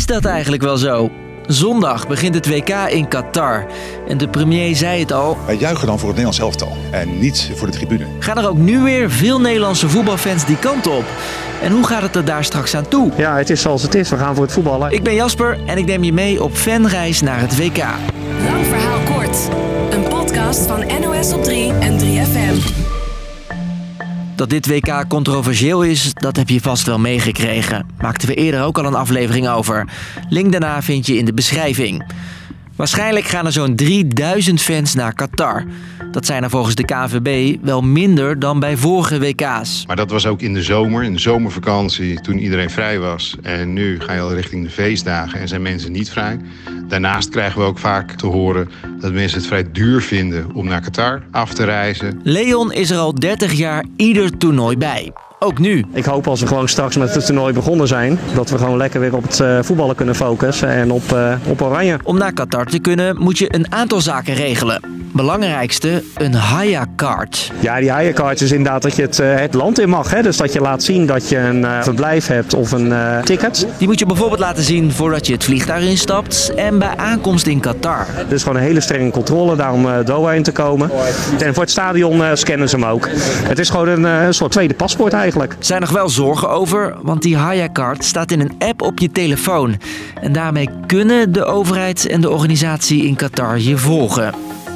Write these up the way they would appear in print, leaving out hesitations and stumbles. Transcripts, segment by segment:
Is dat eigenlijk wel zo? Zondag begint het WK in Qatar. En de premier zei het al. Wij juichen dan voor het Nederlands elftal en niet voor de tribune. Gaan er ook nu weer veel Nederlandse voetbalfans die kant op? En hoe gaat het er daar straks aan toe? Ja, het is zoals het is. We gaan voor het voetballen. Ik ben Jasper en ik neem je mee op fanreis naar het WK. Lang verhaal kort. Een podcast van NOS op 3 en 3FM. Dat dit WK controversieel is, dat heb je vast wel meegekregen. Maakten we eerder ook al een aflevering over. Link daarna vind je in de beschrijving. Waarschijnlijk gaan er zo'n 3000 fans naar Qatar. Dat zijn er volgens de KNVB wel minder dan bij vorige WK's. Maar dat was ook in de zomer, in de zomervakantie, toen iedereen vrij was. En nu ga je al richting de feestdagen en zijn mensen niet vrij. Daarnaast krijgen we ook vaak te horen dat mensen het vrij duur vinden om naar Qatar af te reizen. Leon is er al 30 jaar ieder toernooi bij. Ook nu. Ik hoop als we gewoon straks met het toernooi begonnen zijn, dat we gewoon lekker weer op het voetballen kunnen focussen en op Oranje. Om naar Qatar te kunnen moet je een aantal zaken regelen. Belangrijkste, een Haya-kaart. Ja, die Haya-kaart is inderdaad dat je het land in mag. Hè? Dus dat je laat zien dat je een verblijf hebt of een ticket. Die moet je bijvoorbeeld laten zien voordat je het vliegtuig instapt en bij aankomst in Qatar. Dus gewoon een hele strenge controle daar om Doha in te komen. En voor het stadion scannen ze hem ook. Het is gewoon een soort tweede paspoort eigenlijk. Er zijn nog wel zorgen over, want die Haya-kaart staat in een app op je telefoon. En daarmee kunnen de overheid en de organisatie in Qatar je volgen.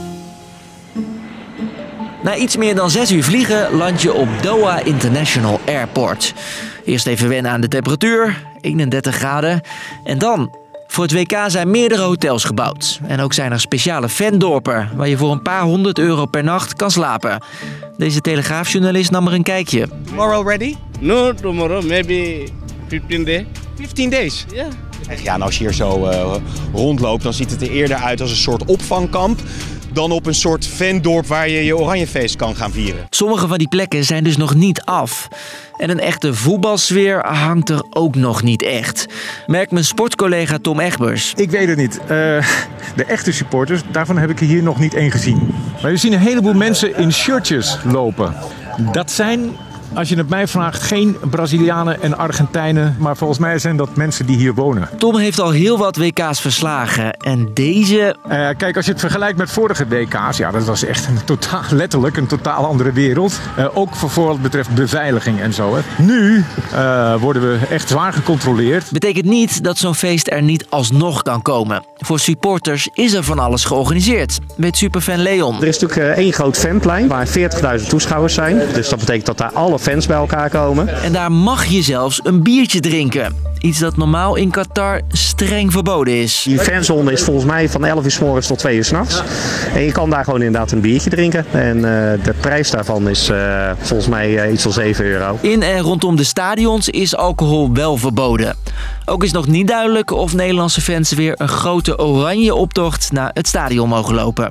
Na iets meer dan 6 uur vliegen land je op Doha International Airport. Eerst even wennen aan de temperatuur, 31 graden. En dan, voor het WK zijn meerdere hotels gebouwd. En ook zijn er speciale fandorpen waar je voor een paar €100 per nacht kan slapen. Deze Telegraafjournalist nam er een kijkje. Tomorrow ready? No, tomorrow maybe 15 days. 15 days? Yeah. Ja, en als je hier zo rondloopt, dan ziet het er eerder uit als een soort opvangkamp dan op een soort fandorp waar je je Oranjefeest kan gaan vieren. Sommige van die plekken zijn dus nog niet af. En een echte voetbalsfeer hangt er ook nog niet echt. Merkt mijn sportcollega Tom Egbers. Ik weet het niet. De echte supporters, daarvan heb ik er hier nog niet één gezien. Maar je ziet een heleboel mensen in shirtjes lopen. Dat zijn, als je het mij vraagt, geen Brazilianen en Argentijnen. Maar volgens mij zijn dat mensen die hier wonen. Tom heeft al heel wat WK's verslagen. En deze... Kijk, als je het vergelijkt met vorige WK's, ja, dat was echt letterlijk een totaal andere wereld. Ook voor wat betreft beveiliging en zo. Hè. Nu worden we echt zwaar gecontroleerd. Betekent niet dat zo'n feest er niet alsnog kan komen. Voor supporters is er van alles georganiseerd, weet superfan Leon. Er is natuurlijk één groot fanplein waar 40.000 toeschouwers zijn. Dus dat betekent dat daar alle fans bij elkaar komen. En daar mag je zelfs een biertje drinken. Iets dat normaal in Qatar streng verboden is. Die fanzone is volgens mij van 11 uur 's morgens tot 2 uur 's nachts. En je kan daar gewoon inderdaad een biertje drinken. En de prijs daarvan is volgens mij iets van €7. In en rondom de stadions is alcohol wel verboden. Ook is nog niet duidelijk of Nederlandse fans weer een grote oranje optocht naar het stadion mogen lopen.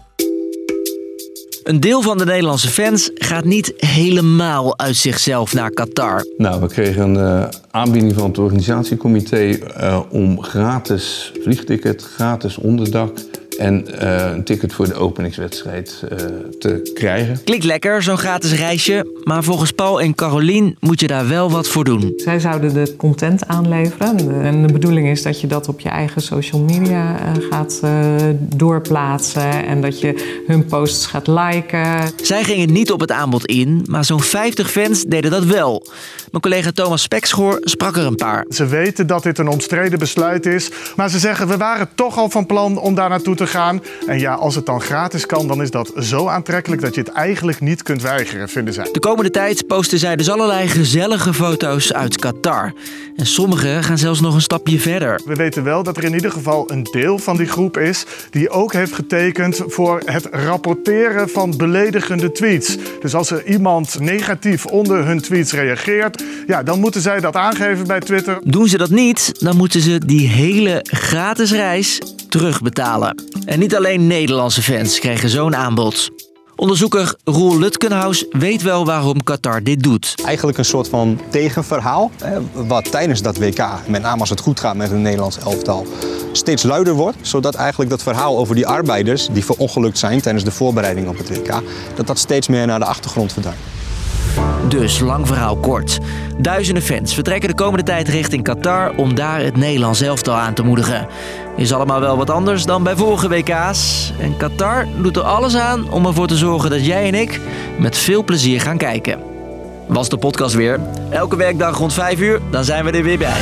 Een deel van de Nederlandse fans gaat niet helemaal uit zichzelf naar Qatar. Nou, we kregen een aanbieding van het organisatiecomité om gratis vliegticket, gratis onderdak en een ticket voor de openingswedstrijd te krijgen. Klinkt lekker, zo'n gratis reisje. Maar volgens Paul en Carolien moet je daar wel wat voor doen. Zij zouden de content aanleveren. En de bedoeling is dat je dat op je eigen social media gaat doorplaatsen. En dat je hun posts gaat liken. Zij gingen niet op het aanbod in, maar zo'n 50 fans deden dat wel. Mijn collega Thomas Spekschoor sprak er een paar. Ze weten dat dit een omstreden besluit is. Maar ze zeggen, we waren toch al van plan om daar naartoe te gaan. En ja, als het dan gratis kan, dan is dat zo aantrekkelijk dat je het eigenlijk niet kunt weigeren, vinden zij. De komende tijd posten zij dus allerlei gezellige foto's uit Qatar. En sommigen gaan zelfs nog een stapje verder. We weten wel dat er in ieder geval een deel van die groep is die ook heeft getekend voor het rapporteren van beledigende tweets. Dus als er iemand negatief onder hun tweets reageert, ja, dan moeten zij dat aangeven bij Twitter. Doen ze dat niet, dan moeten ze die hele gratis reis terugbetalen. En niet alleen Nederlandse fans kregen zo'n aanbod. Onderzoeker Roel Lutkenhaus weet wel waarom Qatar dit doet. Eigenlijk een soort van tegenverhaal, wat tijdens dat WK, met name als het goed gaat met het Nederlands elftal, steeds luider wordt. Zodat eigenlijk dat verhaal over die arbeiders die verongelukt zijn tijdens de voorbereiding op het WK, dat steeds meer naar de achtergrond verdwijnt. Dus, lang verhaal kort. Duizenden fans vertrekken de komende tijd richting Qatar om daar het Nederlands elftal aan te moedigen. Is allemaal wel wat anders dan bij vorige WK's. En Qatar doet er alles aan om ervoor te zorgen dat jij en ik met veel plezier gaan kijken. Was de podcast weer. Elke werkdag rond 5 uur, dan zijn we er weer bij.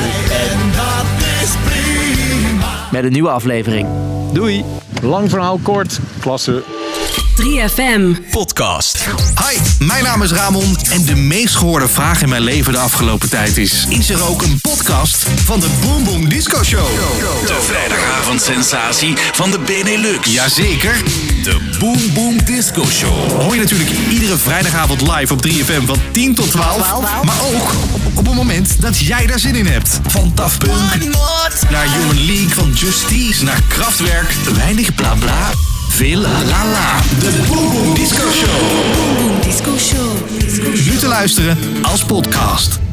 Met een nieuwe aflevering. Doei! Lang verhaal kort, klasse. 3FM Podcast. Hi, mijn naam is Ramon en de meest gehoorde vraag in mijn leven de afgelopen tijd is er ook een podcast van de Boom Boom Disco Show? De vrijdagavondsensatie van de Benelux. Jazeker, de Boom Boom Disco Show. Hoor je natuurlijk iedere vrijdagavond live op 3FM van 10 tot 12. Maar ook op het moment dat jij daar zin in hebt. Van Daft Punk naar Human League, van Justice naar Kraftwerk. Weinig bla bla. Veel la la. De Boom Boom Disco Show. Boom Boom Disco Show. Nu te luisteren als podcast.